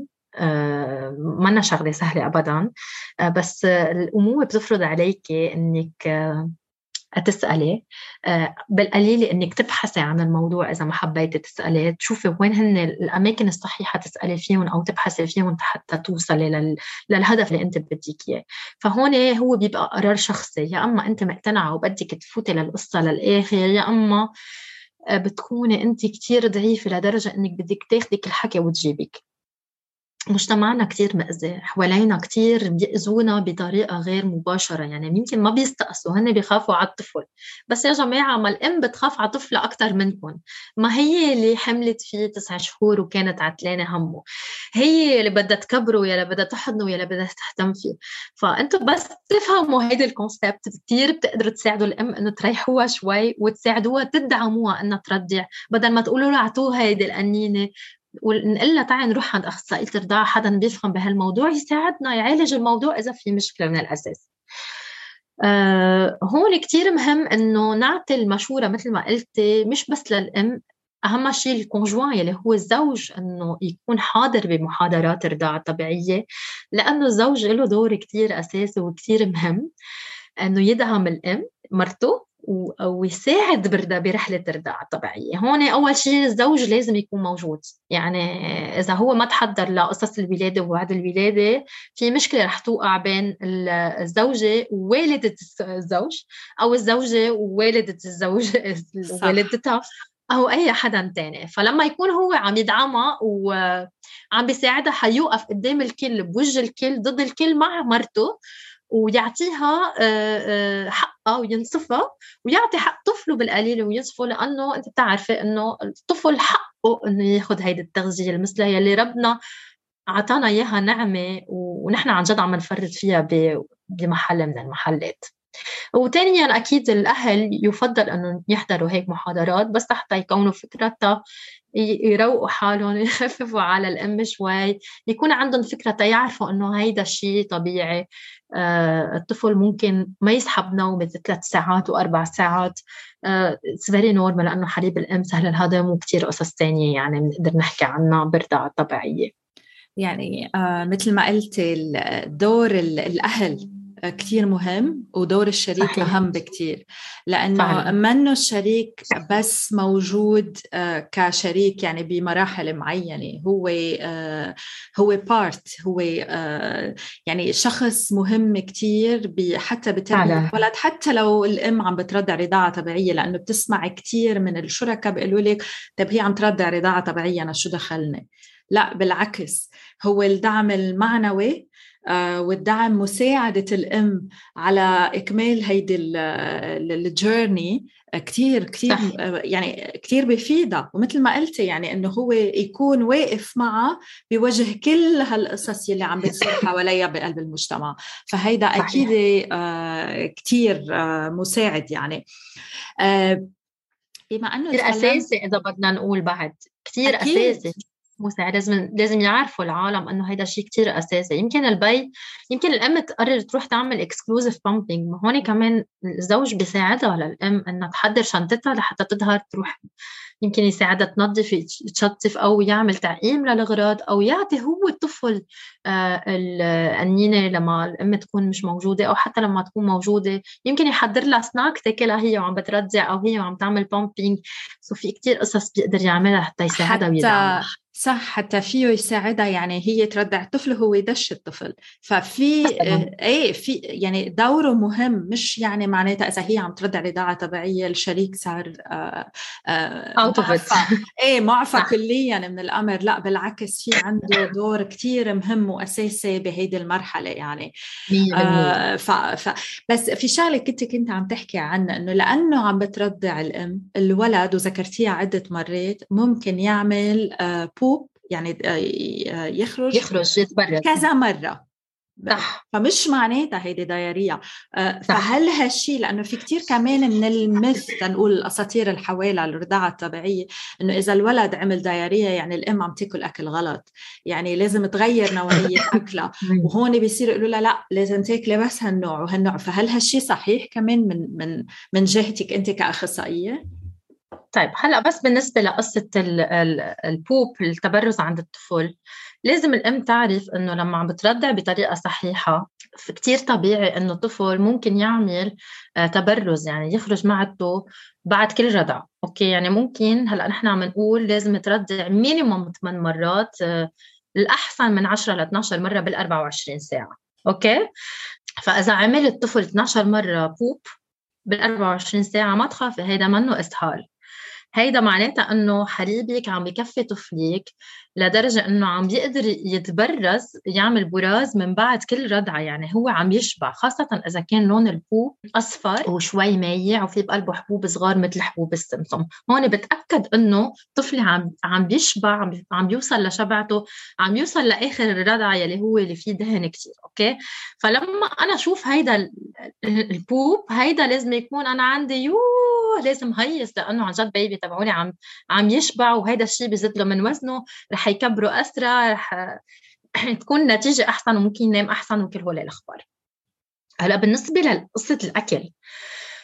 ما شغلة سهلة أبدا. بس الأمومة بتفرض عليك إنك تسألي، بالقليل إنك تبحثي عن الموضوع. إذا ما حبيتي تسألي تشوفي وين هن الأماكن الصحيحة تسألي فيهم أو تبحثي فيهم حتى توصلي للهدف اللي أنت بدك إياه. فهون هو بيبقى قرار شخصي، يا أما أنت مقتنعة وبدك تفوتي للقصة للآخر، يا أما بتكوني أنت كتير ضعيفة لدرجة إنك بدك تاخدي كل حكي وتجيبك. مجتمعنا كتير مأذي، حوالينا كتير بيأذونا بطريقة غير مباشرة، يعني يمكن ما بيستقصوا، هن بيخافوا على الطفل. بس يا جماعة، ما الأم بتخاف على طفلها أكتر منكم. ما هي اللي حملت فيه 9 شهور وكانت عتلانة همه، هي اللي بدها تكبره يا اللي بدها تحضنه يا اللي بدها تهتم فيه. فأنتوا بس تفهموا هيدا الكونسبت كتير بتقدروا تساعدوا الأم إنه تريحوها شوي وتساعدوها تدعموها إنها ترضع، بدل ما تقولوا له اعطوها هيدي القنينة ونقول لها تعالي نروح عند أخصائية الرضاعة حدا بيفهم بهالموضوع يساعدنا يعالج الموضوع إذا في مشكلة من الأساس. هون كتير مهم إنه نعطي المشورة مثل ما قلتي مش بس للأم، أهم شيء الكونجوان يلي هو الزوج أنه يكون حاضر بمحاضرات الرضاعة الطبيعية، لأنه الزوج له دور كتير أساسي وكتير مهم أنه يدعم الأم مرته ويساعد برحلة الرضاعة الطبيعية. هون أول شيء الزوج لازم يكون موجود، يعني إذا هو ما تحضر لقصص الولادة ووعد الولادة في مشكلة رح توقع بين الزوجة ووالدة الزوج، أو الزوجة ووالدة الزوج والدتها، أو أي حدا تاني. فلما يكون هو عم يدعمها وعم بيساعدها حيوقف قدام الكل بوجه الكل ضد الكل مع مرته، ويعطيها حقها وينصفها، ويعطي حق طفله بالقليل وينصفه، لأنه أنت بتعرفي أنه الطفل حقه أنه ياخد هيدا التغذية المثلى يلي ربنا عطانا إياها نعمة، ونحن عن جد عم نفرط فيها بمحل من المحلات. وثانيا أكيد الأهل يفضل أنه يحضروا هيك محاضرات بس حتى يكونوا فكرتها، يروقوا حالهم، يخففوا على الأم شوي، يكون عندهم فكرة يعرفوا أنه هيدا الشيء طبيعي. الطفل ممكن ما يسحب نوم 3 ساعات و4 ساعات، it's very normal، لأنه حليب الأم سهل الهضم وكتير قصص تانية يعني بنقدر نحكي عنها بالرضاعة الطبيعية. يعني مثل ما قلت دور الأهل كتير مهم، ودور الشريك صحيح. أهم بكتير، لأنه منه الشريك بس موجود كشريك يعني بمراحل معينة، هو بارت، هو يعني شخص مهم كتير حتى بتربية الولد، حتى لو الأم عم بترضع رضاعة طبيعية، لأنه بتسمع كتير من الشركاء بيقولوا لك طب هي عم ترضع رضاعة طبيعية أنا شو دخلني؟ لا بالعكس، هو الدعم المعنوي والدعم مساعدة الأم على إكمال هيدي الجيرني كتير يعني كتير بيفيدها. ومثل ما قلتي يعني إنه هو يكون واقف معه بوجه كل هالقصص اللي عم بتصير حواليها بقلب المجتمع، فهيدا أكيد كتير مساعد يعني. بما أنه كتير أساسي، إذا بدنا نقول بعد كتير أكيد. أساسي مساعد، لازم يعرفوا العالم انه هيدا شيء كتير اساسي. يمكن الام تقرر تروح تعمل اكسكلوزيف بامبينج، ما هون كمان الزوج بيساعدها للام انها تحضر شنطتها لحتى تظهر تروح، يمكن يساعدها تنظف تشطف او يعمل تعقيم للغراض، او يعطي هو الطفل النينه لما الام تكون مش موجوده، او حتى لما تكون موجوده يمكن يحضر لها سناك تاكلها هي وعم بترضع او هي وعم تعمل بامبينج. سو في كتير قصص بيقدر يعملها حتى يساعدها ويدعمها. صح، حتى فيه يساعدها، يعني هي ترضع الطفل هو يدش الطفل، ففي في يعني دوره مهم، مش يعني معناتها اذا هي عم ترضع رضاعه طبيعيه الشريك صار معفى كليا من الامر، لا بالعكس في عنده دور كتير مهم واساسي بهيدي المرحله يعني. بس في شغله كنت عم تحكي عنها، انه لانه عم بترضع الام الولد، وذكرتيها عده مرات، ممكن يعمل بوب يعني يخرج يتبرد كذا مرة. صح. فمش معناتها هيدي دايرية. فهل هالشي، لأنه في كتير كمان من المث تنقول الأساطير الحوالي الرضاعة الطبيعية، إنه إذا الولد عمل دايرية يعني الأم عم تاكل أكل غلط، يعني لازم تغير نوعية أكلها وهون بيصير يقولوا لا لازم تاكلي بس هالنوع وهالنوع. فهل هالشي صحيح كمان من جهتك أنت كأخصائية؟ طيب هلأ بس بالنسبة لقصة البوب التبرز عند الطفل، لازم الأم تعرف أنه لما عم بترضع بطريقة صحيحة كتير طبيعي أنه الطفل ممكن يعمل تبرز، يعني يخرج معدته بعد كل رضع. أوكي، يعني ممكن هلأ نحن عم نقول لازم ترضع مينيموم 8 مرات، الأحسن من 10 ل 12 مرة بال24 ساعة. أوكي، فإذا عمل الطفل 12 مرة بوب بال24 ساعة ما تخافي، هيدا منه إسهال، هيدا معناتها أنه حليبك عم بكفي طفليك لدرجة أنه عم بيقدر يتبرز، يعمل براز من بعد كل رضعة، يعني هو عم يشبع، خاصة إذا كان لون البوب أصفر وشوي مايع وفي بقلبه حبوب صغار مثل حبوب السمسم. هون بتأكد أنه طفلي عم بيشبع، عم بيوصل لشبعته، عم يوصل لآخر الرضعة يلي هو اللي فيه دهن كتير. أوكي، فلما أنا أشوف هيدا البوب، هيدا لازم يكون أنا عندي لازم هيس، لأنه عن جد بيبي تبعوني عم يشبع، وهيدا الشيء بيزيد له من وزنه، رح يكبروا أسرع، رح تكون نتيجة أحسن وممكن ينام أحسن وكل هول الأخبار. هلأ بالنسبة لقصة الأكل،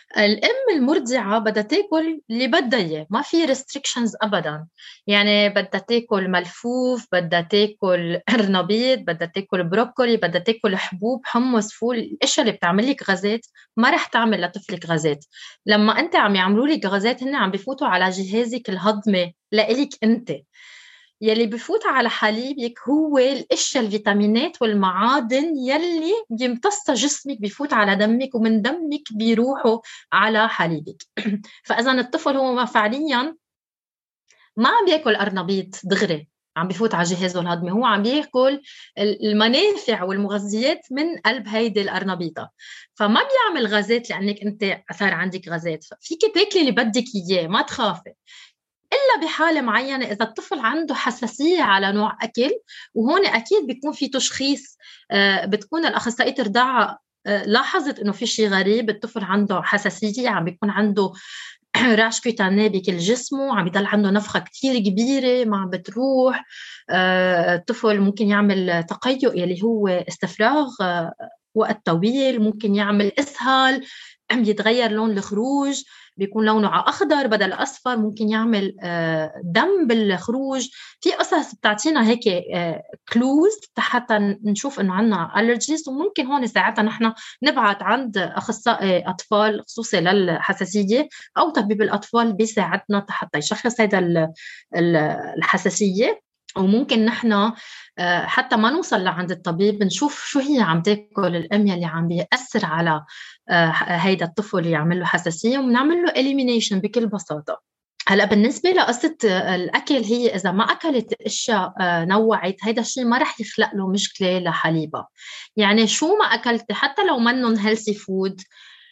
الأم المرضعة بدها تاكل اللي بدها إياه، ما في restrictions أبداً. يعني بدها تاكل ملفوف، بدها تاكل أرنبيط، بدها تاكل بروكولي، بدها تاكل حبوب، حمص، فول، الأشياء اللي بتعمل لك غازات ما رح تعمل لطفلك غازات. لما أنت عم يعملوا لك غازات هن عم بفوتوا على جهازك الهضمي لإلك أنت. يلي بفوت على حليبك هو الاشياء الفيتامينات والمعادن يلي بيمتصها جسمك، بفوت على دمك ومن دمك بيروحوا على حليبك. فاذا الطفل هو فعليا ما عم بياكل أرنبيط دغري عم بفوت على جهازه الهضمي، هو عم بياكل المنافع والمغذيات من قلب هيدي الأرنبيطة، فما بيعمل غازات لأنك أنت صار عندك غازات. فيك تاكلي اللي بدك إياه ما تخافي، إلا بحالة معينة إذا الطفل عنده حساسية على نوع أكل، وهون أكيد بيكون في تشخيص. بتكون الأخصائية الرضاعة لاحظت إنه في شيء غريب، الطفل عنده حساسية، عم بيكون عنده راش كوتاني بكل جسمه، عم بيضل عنده نفخة كتير كبيرة ما عم بتروح. الطفل ممكن يعمل تقيؤ يلي هو استفراغ وقت طويل، ممكن يعمل إسهال، يتغير لون الخروج، بيكون لونه أخضر بدل أصفر، ممكن يعمل دم بالخروج. في قصص بتعطينا هيك كلوز حتى نشوف إنه عنا ألرجيز، وممكن هون ساعتها نحن نبعت عند أخصائي أطفال خصوصي للحساسية أو طبيب الأطفال بيساعدنا حتى يشخص هذا الحساسية. وممكن نحن حتى ما نوصل لعند الطبيب نشوف شو هي عم تاكل الأم اللي عم بيأثر على هيدا الطفل اللي يعمل له حساسية، ونعمل له elimination بكل بساطة. هلا بالنسبة لقصة الأكل، هي إذا ما أكلت أشياء نوعت، هيدا الشيء ما رح يخلق له مشكلة لحليبة. يعني شو ما أكلت حتى لو منن healthy food،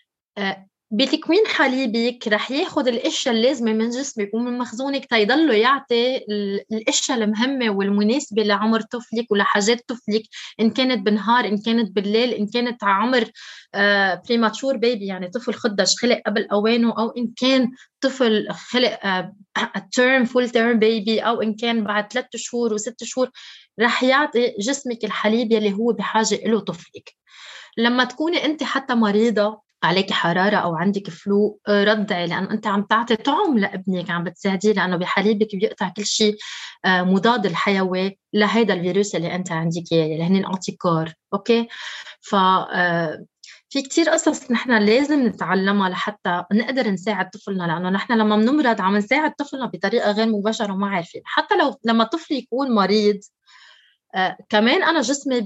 بتكوين حليبك رح ياخد الاشياء اللازمه من جسمك ومن مخزونك تيضلوا يعطي الاشياء المهمه والمناسبه لعمر طفلك ولحاجات طفلك، ان كانت بالنهار، ان كانت بالليل، ان كانت عمر بريماتشور بيبي يعني طفل خدش خلق قبل اوانه، او ان كان طفل خلق تيرم فول تيرم بيبي، او ان كان بعد 3 شهور و6 شهور، رح يعطي جسمك الحليب يلي هو بحاجه له طفلك. لما تكوني انت حتى مريضه، عليك حرارة أو عندك فلو، رضعي، لأنه أنت عم تعطي طعم لابنك، عم بتساعديه، لأنه بحليبك بيقطع كل شيء مضاد الحيوي لهذا الفيروس اللي أنت عندك إياه اللي هن أنتيكار. أوكي، ف في كتير قصص نحن لازم نتعلمها لحتى نقدر نساعد طفلنا، لأنه نحن لما بنمرض عم نساعد طفلنا بطريقة غير مباشرة وما عارفين. حتى لما طفل يكون مريض، كمان أنا جسمي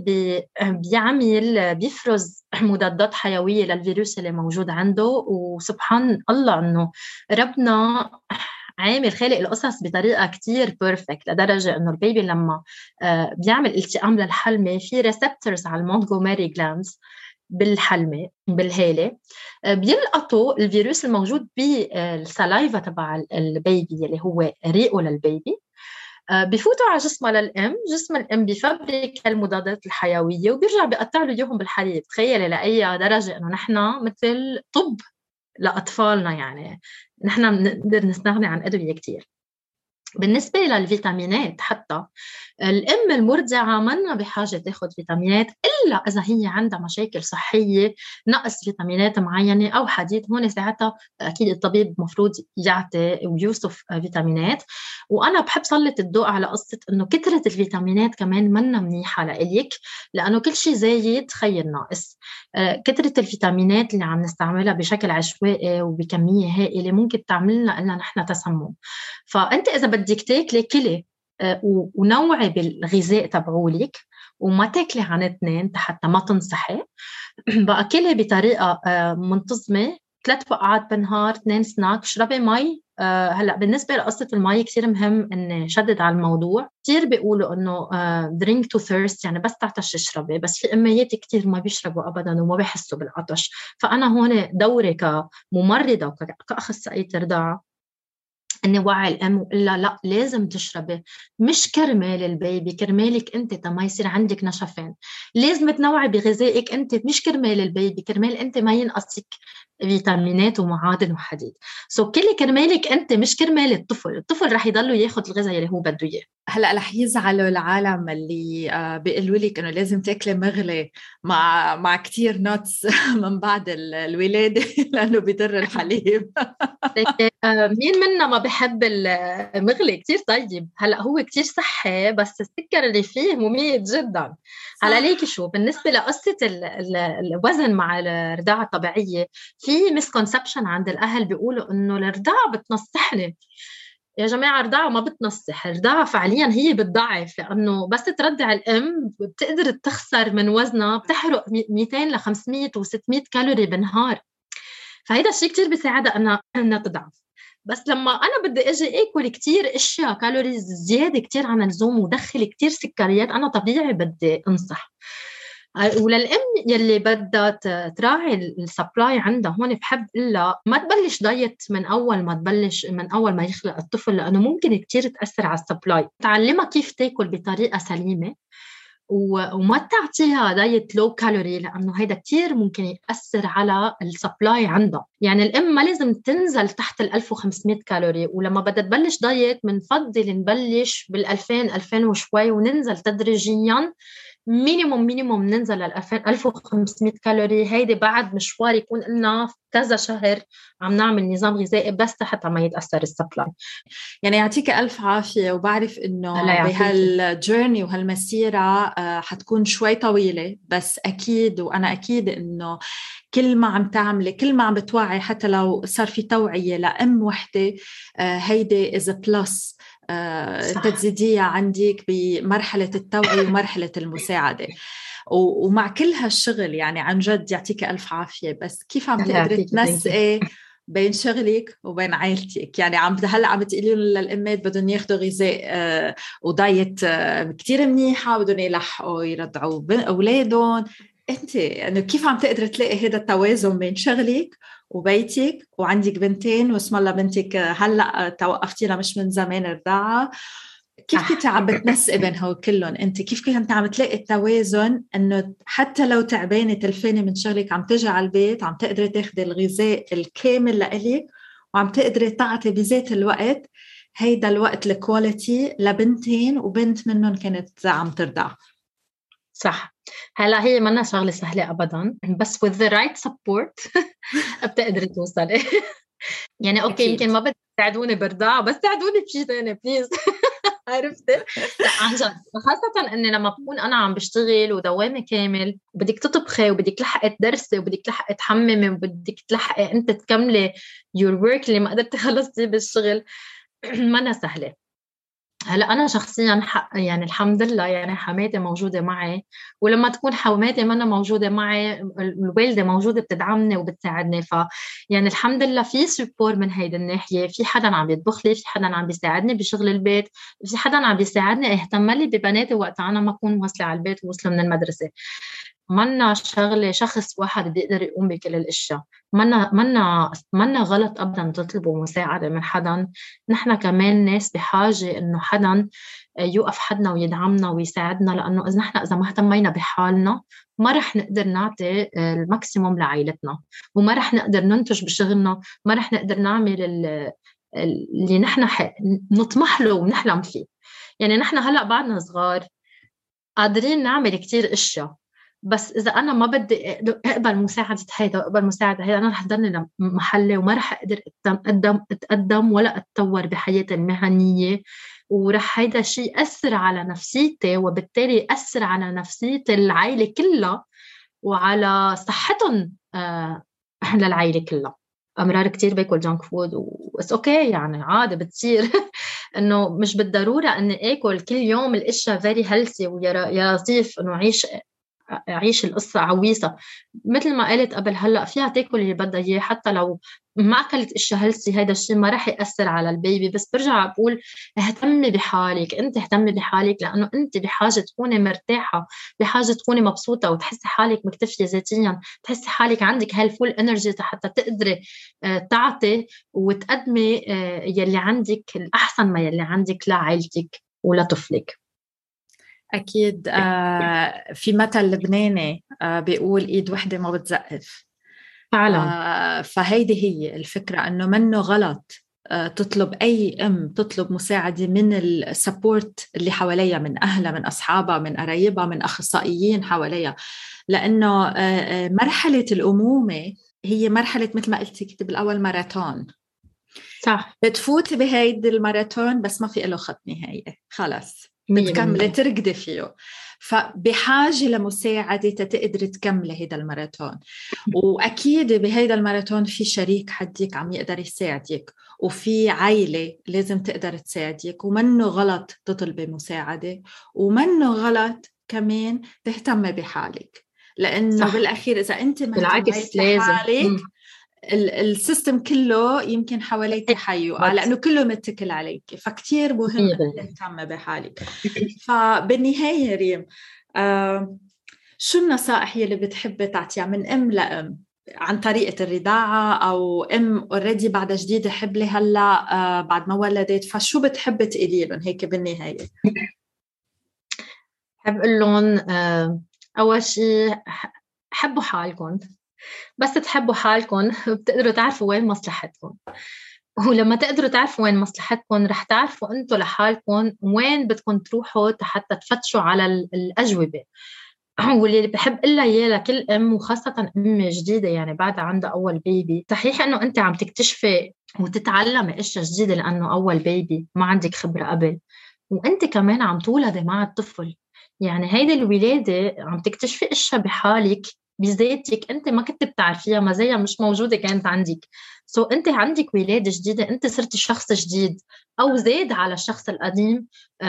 بيعمل بيفرز مضادات حيوية للفيروس اللي موجود عنده. وسبحان الله أنه ربنا عامل خالق القصص بطريقة كتير بيرفكت، لدرجة أنه البيبي لما بيعمل التئام للحلمة في ريسبتورز على المونتجوميري جلاندز بالحلمة بالهالة، بيلقطوا الفيروس الموجود بالسلايفا تبع البيبي اللي هو ريقه للبيبي، بفوتوا على جسمها للأم، جسم الأم بيفبرك المضادات الحيوية وبيرجع بيقطع له إياهم بالحليب. تخيلي لأي درجة إنه نحن مثل طب لأطفالنا، يعني نحن بنقدر نستغني عن أدوية كتير. بالنسبة للفيتامينات، حتى الأم المرضعة منا بحاجة تاخد فيتامينات إلا إذا هي عندها مشاكل صحية، نقص فيتامينات معينة أو حديد، هون ساعتها أكيد الطبيب مفروض يعطي ويوصف فيتامينات. وأنا بحب سلط الضوء على قصة إنه كثرة الفيتامينات كمان منا منيحة لإليك، لأنه كل شيء زايد خير ناقص. كثرة الفيتامينات اللي عم نستعملها بشكل عشوائي وبكمية هائلة ممكن تعملنا إلا نحن تسمم. فأنت إذا بدك تاكلي كلي ونوعي بالغذاء تبعولك وما تاكلي عن 2 حتى ما تنصحي، بقى كلي بطريقة منتظمة، 3 وقعات بالنهار، 2 سناك، شربي مي. هلأ بالنسبة لقصة المي كتير مهم إن شدد على الموضوع. كتير بيقولوا إنه drink to thirst، يعني بس تعطش اشربي، بس في أميات كتير ما بيشربوا أبداً وما بيحسوا بالعطش. فأنا هون دوري كممرضة وكأخصائية رضاعة اني وعي الام وإلا لا لازم تشربي، مش كرمال البيبي، كرمالك انت تما يصير عندك نشفان. لازم تنوعي بغذائك انت، مش كرمال البيبي، كرمال انت ما ينقصك فيتامينات ومعادن وحديد. كل كرمالك انت، مش كرمال الطفل رح يضلوا ياخذ الغذاء اللي هو بده اياه. هلا رح يزعلوا العالم اللي بيقولوا لك انه لازم تاكلي مغلي مع كتير نوتس من بعد الولاده لانه بيضر الحليب. مين منا ما بحب المغلي؟ كتير طيب. هلا هو كتير صحي، بس السكر اللي فيه مميت جدا. هلا ليكي شو بالنسبه لقصه الوزن مع الرضاعه الطبيعيه، في مسكونسبشن عند الاهل بيقولوا انه الرضاعه بتنصحني. يا جماعة الرضاعة ما بتنصح، الرضاعة فعليا هي بتضعف، لأنه بس ترضع الأم بتقدر تخسر من وزنها، بتحرق 200 ل 500 و 600 كالوري بالنهار. فهيدا الشيء كتير بيساعدها أنها تضعف. بس لما أنا بدي أجي أكل كتير أشياء كالوريز زيادة كتير عن اللزوم ودخل كتير سكريات، أنا طبيعي بدي أنصح. وللأم يلي بدها تراعي السبلاي عندها، هون بحب إلا ما تبلش دايت من أول ما يخلق الطفل، لأنه ممكن كتير تأثر على السبلاي. تعلمها كيف تاكل بطريقة سليمة، وما تعطيها دايت لو كالوري، لأنه هيدا كتير ممكن يأثر على السبلاي عندها. يعني الأم ما لازم تنزل تحت 1500 كالوري، ولما بدها تبلش دايت منفضل نبلش 2000 وشوي وننزل تدريجيا. مينيموم ننزل ل 1500 كالوري. هيدي بعد مشوار يكون لنا كذا شهر عم نعمل نظام غذائي بس حتى ما يتأثر السبلاي. يعني يعطيك ألف عافية، وبعرف إنه بهالجيرني وهالمسيرة حتكون شوي طويلة، بس أكيد وأنا أكيد إنه كل ما عم تعملي، كل ما عم بتوعي، حتى لو صار في توعية لأم وحدة، هيدي is a plus تتزيديها عندك بمرحلة التوعية ومرحلة المساعدة. ومع كل هالشغل يعني عن جد يعطيك ألف عافية. بس كيف عم تقدري تنسقي بين شغلك وبين عائلتك؟ يعني هلا عم تقولي للأمات بدهم ياخدوا غذاء ودايت كتير منيحة، بدهم يلحقوا يرضعوا أولادهم. أنت يعني كيف عم تقدر تلاقي هذا التوازن بين شغلك وبيتك، وعندك بنتين واسم الله بنتك هلا توقفتينا مش من زمان الرضاعة؟ كيف كنت عم بتنسقي بين هو كلهم؟ انت كيف كنت عم تلاقي التوازن انه حتى لو تعبانه تلفانه من شغلك عم تجي على البيت عم تقدري تاخدي الغذاء الكامل لإلك، وعم تقدري تعطي بذات الوقت هيدا الوقت الكواليتي لبنتين وبنت منهم كانت عم ترضع؟ صح. هلا هي منا شغله سهله ابدا، بس with the right support بتقدري توصلي. يعني اوكي يمكن ما بدك تساعدوني برضاعه، بس ساعدوني بشيء ثاني بليز. عرفتي؟ لا عن جد، خاصة اني لما بكون انا عم بشتغل ودوامي كامل، وبدك تطبخي وبدك تلحقي تدرسي وبدك تلحقي تحممي وبدك تلحقي انت تكملي your work اللي ما قدرتي تخلصي بالشغل. ما سهلة. هلا أنا شخصياً يعني الحمد لله يعني حماتي موجودة معي، ولما تكون حماتي ما أنا موجودة معي، الوالدة موجودة بتدعمني وبتساعدني. يعني الحمد لله في سبور من هيدا الناحية، في حدا عم يطبخ لي، في حدا عم بيساعدني بشغل البيت، في حدا عم بيساعدني اهتم لي ببناتي وقت أنا ما أكون واصلة على البيت ووصلوا من المدرسة. منا شغلة شخص واحد بيقدر يقوم بكل الاشياء. منا غلط ابدا تطلبوا مساعدة من حدا. نحن كمان ناس بحاجة انه حدا يوقف حدنا ويدعمنا ويساعدنا، لانه اذا ما اهتمينا بحالنا ما رح نقدر نعطي الماكسيموم لعائلتنا، وما رح نقدر ننتج بشغلنا، ما رح نقدر نعمل اللي نحن نطمح له ونحلم فيه. يعني نحن هلأ بعدنا صغار قادرين نعمل كتير اشياء، بس إذا أنا ما بدي أقبل مساعدة هيدا وأقبل مساعدة هيدا، أنا رح ضلني محلي وما رح أقدر أتقدم ولا أتطور بحياتي المهنية، ورح هيدا الشيء يأثر على نفسيتي، وبالتالي يأثر على نفسية العائلة كلها وعلى صحتهم للعائلة كلها. أمرار كتير باكل جانك فود وإس أوكي، يعني عادة بتصير. إنه مش بالضرورة إني آكل كل يوم الأشياء very healthy ويا لطيف إنه عيش أعيش القصة عويصة. مثل ما قلت قبل، هلأ فيها تاكل اللي بدها إياه، حتى لو ما أكلت إشياء هيلثي، هيدا الشيء ما رح يأثر على البيبي. بس برجع بقول اهتمي بحالك، أنت اهتمي بحالك، لأنه أنت بحاجة تكوني مرتاحة، بحاجة تكوني مبسوطة وتحسي حالك مكتفية ذاتيا، تحسي حالك عندك هالفول انرجي حتى تقدري تعطي وتقدمي يلي عندك الأحسن ما يلي عندك لعائلتك ولطفلك. أكيد. في مثل لبناني بيقول إيد وحدة ما بتزقف فعلا. فهيدي هي الفكرة، أنه منه غلط تطلب أي تطلب مساعدة من السبورت اللي حواليها، من أهلها، من أصحابها، من قرايبها، من أخصائيين حواليها، لأنه مرحلة الأمومة هي مرحلة مثل ما قلتي كتب الأول ماراثون. صح. بتفوتي بهيدي الماراثون بس ما في له خط نهاية، خلاص بتكملي ترقدي فيه. فبحاجة لمساعدة تقدر تكملي هيدا الماراثون. وأكيد بهيدا الماراثون في شريك حدك عم يقدر يساعدك، وفي عائلة لازم تقدر تساعدك، ومنه غلط تطلبي مساعدة، ومنه غلط كمان تهتمي بحالك، لأنه صح. بالأخير إذا أنت مهتمية بحالك السيستم كله يمكن حواليك يحيوا، لأنه كله متكل عليك. فكتير مهم تهتم بحالك. فبالنهاية ريم، شو النصائح اللي بتحب تعطيها من لأم عن طريقة الرضاعة، أو already بعد جديدة حبلي هلأ بعد ما ولدت، فشو بتحب تقولي لهم هيك بالنهاية؟ حب أقول لهم أول شيء حبوا حالكم. بس تحبوا حالكم بتقدروا تعرفوا وين مصلحتكم، ولما تقدروا تعرفوا وين مصلحتكم رح تعرفوا أنتوا لحالكم وين بدكم تروحوا حتى تفتشوا على الأجوبة. واللي بحب إلا إياه لكل أم، وخاصة أم جديدة يعني بعد عندها أول بيبي، صحيح أنه أنت عم تكتشفي وتتعلمي أشياء جديدة لأنه أول بيبي ما عندك خبرة قبل، وأنت كمان عم تولدي مع الطفل. يعني هيدي الولادة عم تكتشفي أشياء بحالك بذاتك أنت ما كنت بتعرفيها، مزايا مش موجودة كانت عندك. أنت عندك ولادة جديدة، أنت صرت شخص جديد أو زاد على الشخص القديم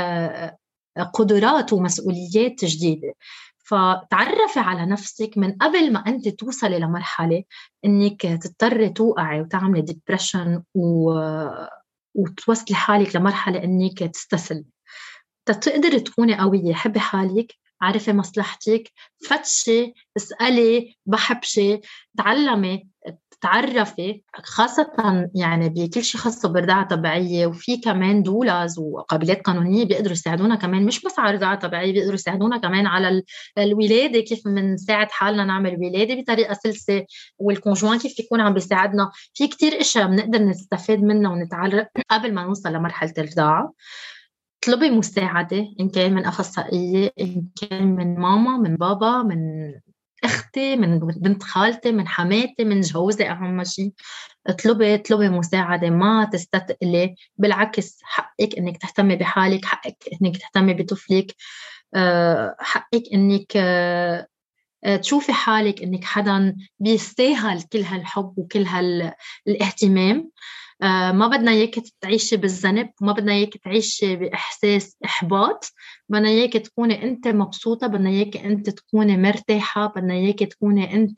قدرات ومسؤوليات جديدة. فتعرفي على نفسك من قبل ما أنت توصلي لمرحلة أنك تضطري توقعي وتعملي ديبريشن وتوصلي حالك لمرحلة أنك تستسلمي. تقدري تكوني قوية، حبي حالك، عارفي مصلحتك، فتشي، اسألي، بحبشي، تعلمي، تعرفي، خاصة يعني بكل شيء خاصه برضاعة طبيعية. وفي كمان دولاز وقابلات قانونية بيقدروا يساعدونا كمان، مش بس على رضاعة طبيعية، بيقدروا يساعدونا كمان على الولادة، كيف منساعد حالنا نعمل ولادة بطريقة سلسة، والكونجوان كيف يكون عم بيساعدنا. في كتير اشياء بنقدر نستفاد منها ونتعرف قبل ما نوصل لمرحلة الرضاعة. اطلبي مساعدة، إن كان من أخصائية، إن كان من ماما، من بابا، من أختي، من بنت خالتي، من حماتي، من جوزي. أهم شيء اطلبي مساعدة، ما تستثقلي، بالعكس حقك إنك تهتمي بحالك، حقك إنك تهتمي بطفلك، حقك إنك تشوفي حالك إنك حدا بيستاهل كل هالحب وكل هالاهتمام. ما بدنا إياك تعيشي بالذنب، ما بدنا إياك تعيشي بإحساس إحباط، بدنا إياك تكوني أنت مبسوطة، بدنا إياك أنت تكوني مرتاحة، بدنا إياك تكوني أنت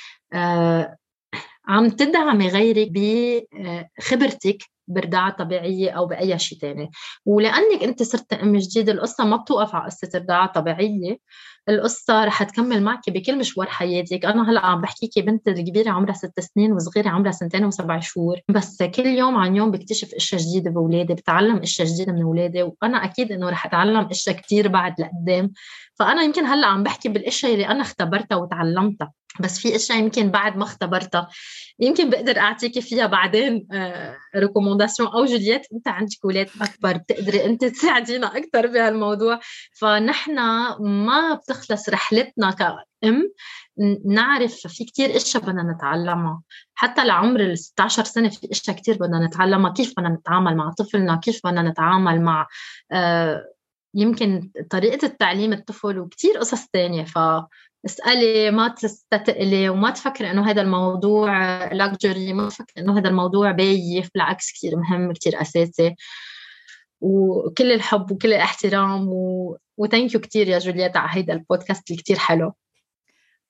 عم تدعمي غيرك بخبرتك برضاعة طبيعية أو بأي شيء تاني. ولأنك أنت صرت أم جديدة، القصة ما بتوقف على قصة رضاعة طبيعية، القصة رح تكمل معك بكل مشوار حياتك. أنا هلأ عم بحكيكي بنت الكبيرة عمرها 6 سنين وصغيرة عمرها 2 و7 شهور، بس كل يوم عن يوم بكتشف أشياء جديدة بولادي، بتعلم أشياء جديدة من ولادي، وأنا أكيد إنه رح أتعلم أشياء كتير بعد لقدام. فأنا يمكن هلأ عم بحكي بالأشياء اللي أنا اختبرتها وتعلمتها، بس في أشياء يمكن بعد ما اختبرتها يمكن بقدر أعطيكي فيها بعدين ريكومونداسيون. أو جولييت أنت عندك ولاد أكبر، بتقدري أنت تساعدينا أكتر بهالموضوع. فنحن ما بتخلص رحلتنا كأم، نعرف في كتير إشياء بدنا نتعلمها، حتى لعمر 16 سنة في إشياء كتير بدنا نتعلمها، كيف بدنا نتعامل مع طفلنا، كيف بدنا نتعامل مع يمكن طريقة التعليم الطفل وكتير قصص تانية. اسألي، ما تستثقلي، وما تفكري إنه هذا الموضوع لاكجري، ما تفكري إنه هذا الموضوع بايف، بالعكس كتير مهم، كتير أساسي. وكل الحب وكل الاحترام وثانك يو كتير يا جولييت على هيدا البودكاست اللي كتير حلو.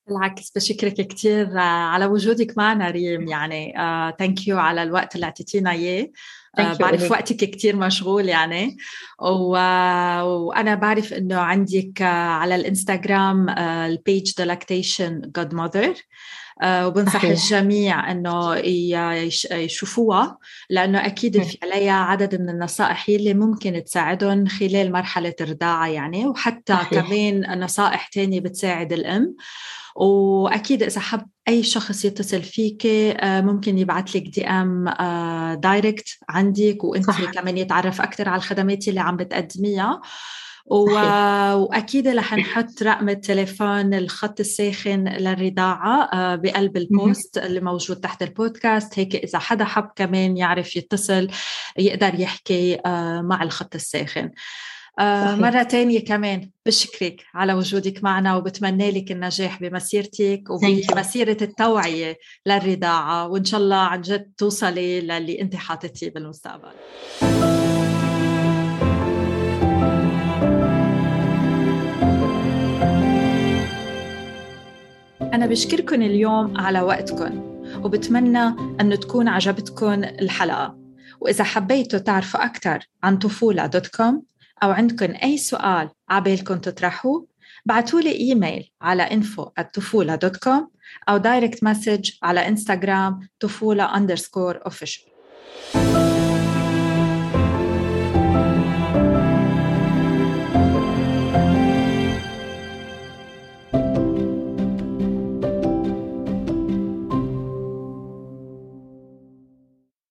بالعكس بشكرك كتير على وجودك معنا ريم، يعني thank you على الوقت اللي اعطيتينا إياه. بعرف وقتك كتير مشغول يعني، وأنا بعرف إنه عندك على الإنستغرام البيج The Lactation Godmother، وبنصح الجميع أنه يشوفوها، لأنه أكيد في عليها عدد من النصائح اللي ممكن تساعدهم خلال مرحلة الرضاعة يعني، وحتى كمان نصائح تانية بتساعد الأم. وأكيد إذا حب أي شخص يتصل فيك ممكن يبعث لك DM دايركت عندك، وأنت كمان يتعرف أكتر على الخدمات اللي عم بتقدميها. وأكيد رح نحط رقم التليفون الخط الساخن للرضاعة بقلب البوست اللي موجود تحت البودكاست، هيك إذا حدا حب كمان يعرف يتصل يقدر يحكي مع الخط الساخن. مرة تانية كمان بشكرك على وجودك معنا، وبتمنى لك النجاح بمسيرتك وبمسيرة التوعية للرضاعة، وإن شاء الله عن جد توصلي للي أنت حاطتيه بالمستقبل. أنا بشكركن اليوم على وقتكن، وبتمنى أن تكون عجبتكن الحلقة. وإذا حبيتوا تعرفوا أكتر عن طفولة.com أو عندكن أي سؤال عبالكن تطرحوه، بعتولي إيميل على info@طفولة.com أو دايركت مسج على إنستغرام طفولة_official.